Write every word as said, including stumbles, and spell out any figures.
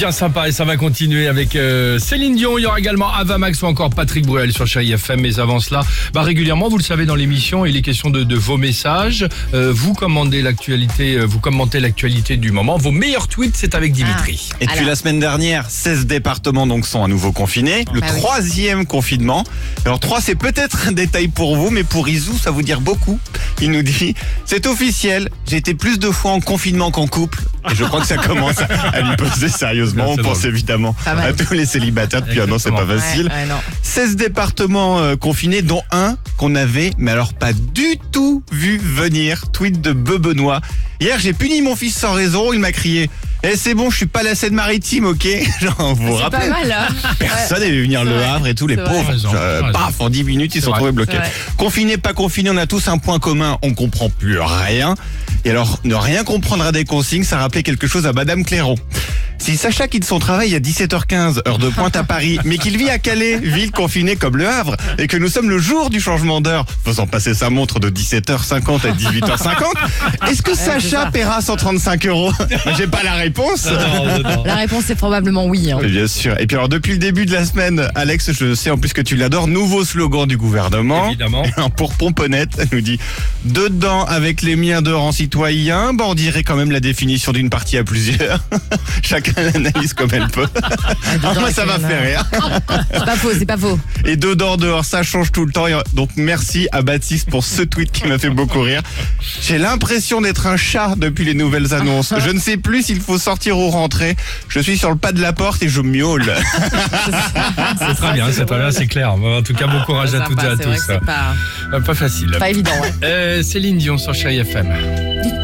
bien sympa et ça va continuer avec euh, Céline Dion. Il y aura également Ava Max ou encore Patrick Bruel sur Chérie F M. Mais avant cela, bah, régulièrement, vous le savez, dans l'émission, il est question de, de vos messages. Euh, vous commandez l'actualité, euh, vous commentez l'actualité du moment. Vos meilleurs tweets, c'est avec Dimitri. Ah. Et puis Alors. la semaine dernière, seize départements donc sont à nouveau confinés. Le bah oui. troisième confinement. Alors trois, c'est peut-être un détail pour vous, mais pour Isou, ça vous dire beaucoup. Il nous dit, c'est officiel, j'ai été plus de fois en confinement qu'en couple. Et je crois que ça commence à lui poser sérieusement. Bien, On c'est pense drôle. évidemment Pas mal. à tous les célibataires depuis un an, c'est pas Exactement. facile. Ouais, ouais, non. seize départements euh, confinés, dont un qu'on avait, mais alors pas du tout vu venir. Tweet de Bebenoît. Hier, j'ai puni mon fils sans raison. Il m'a crié « Eh, c'est bon, je suis pas la Seine-Maritime, ok ?» Genre, vous vous C'est rappelez, pas mal, hein. personne n'avait vu venir C'est Le vrai. Havre et tout, les C'est vrai. pauvres. Raison, Euh, raison. paf, en dix minutes, ils C'est sont vrai. retrouvés bloqués. C'est vrai. Confinés, pas confinés, on a tous un point commun, on comprend plus rien. Et alors, ne rien comprendre à des consignes, ça rappelait quelque chose à Madame Clairon. Si Sacha quitte son travail à dix-sept heures quinze, heure de pointe à Paris, mais qu'il vit à Calais, ville confinée comme Le Havre, et que nous sommes le jour du changement d'heure, faisant passer sa montre de dix-sept heures cinquante à dix-huit heures cinquante, est-ce que c'est Sacha ça. paiera cent trente-cinq euros? J'ai pas la réponse. Non, non, non. La réponse est probablement oui. Hein. Oui, bien sûr. Et puis alors, depuis le début de la semaine, Alex, je sais en plus que tu l'adores, nouveau slogan du gouvernement. Évidemment. Pour Pomponette, elle nous dit « Dedans avec les miens dehors en citoyen », bah on dirait quand même la définition d'une partie à plusieurs. Chacun l'analyse comme elle peut. Ah, moi, ça m'a avec fait une- rire. C'est pas faux, c'est pas faux. Et dedans, dehors, ça change tout le temps. Et donc, merci à Baptiste pour ce tweet qui m'a fait beaucoup rire. J'ai l'impression d'être un chat depuis les nouvelles annonces. Je ne sais plus s'il faut sortir ou rentrer. Je suis sur le pas de la porte et je miaule. C'est très bien, c'est très bien, c'est clair. En tout cas, bon courage à Sympa, toutes et à c'est vrai que tous. c'est pas, Euh, Pas facile. pas évident, ouais. Euh, Céline Dion sur Chérie F M.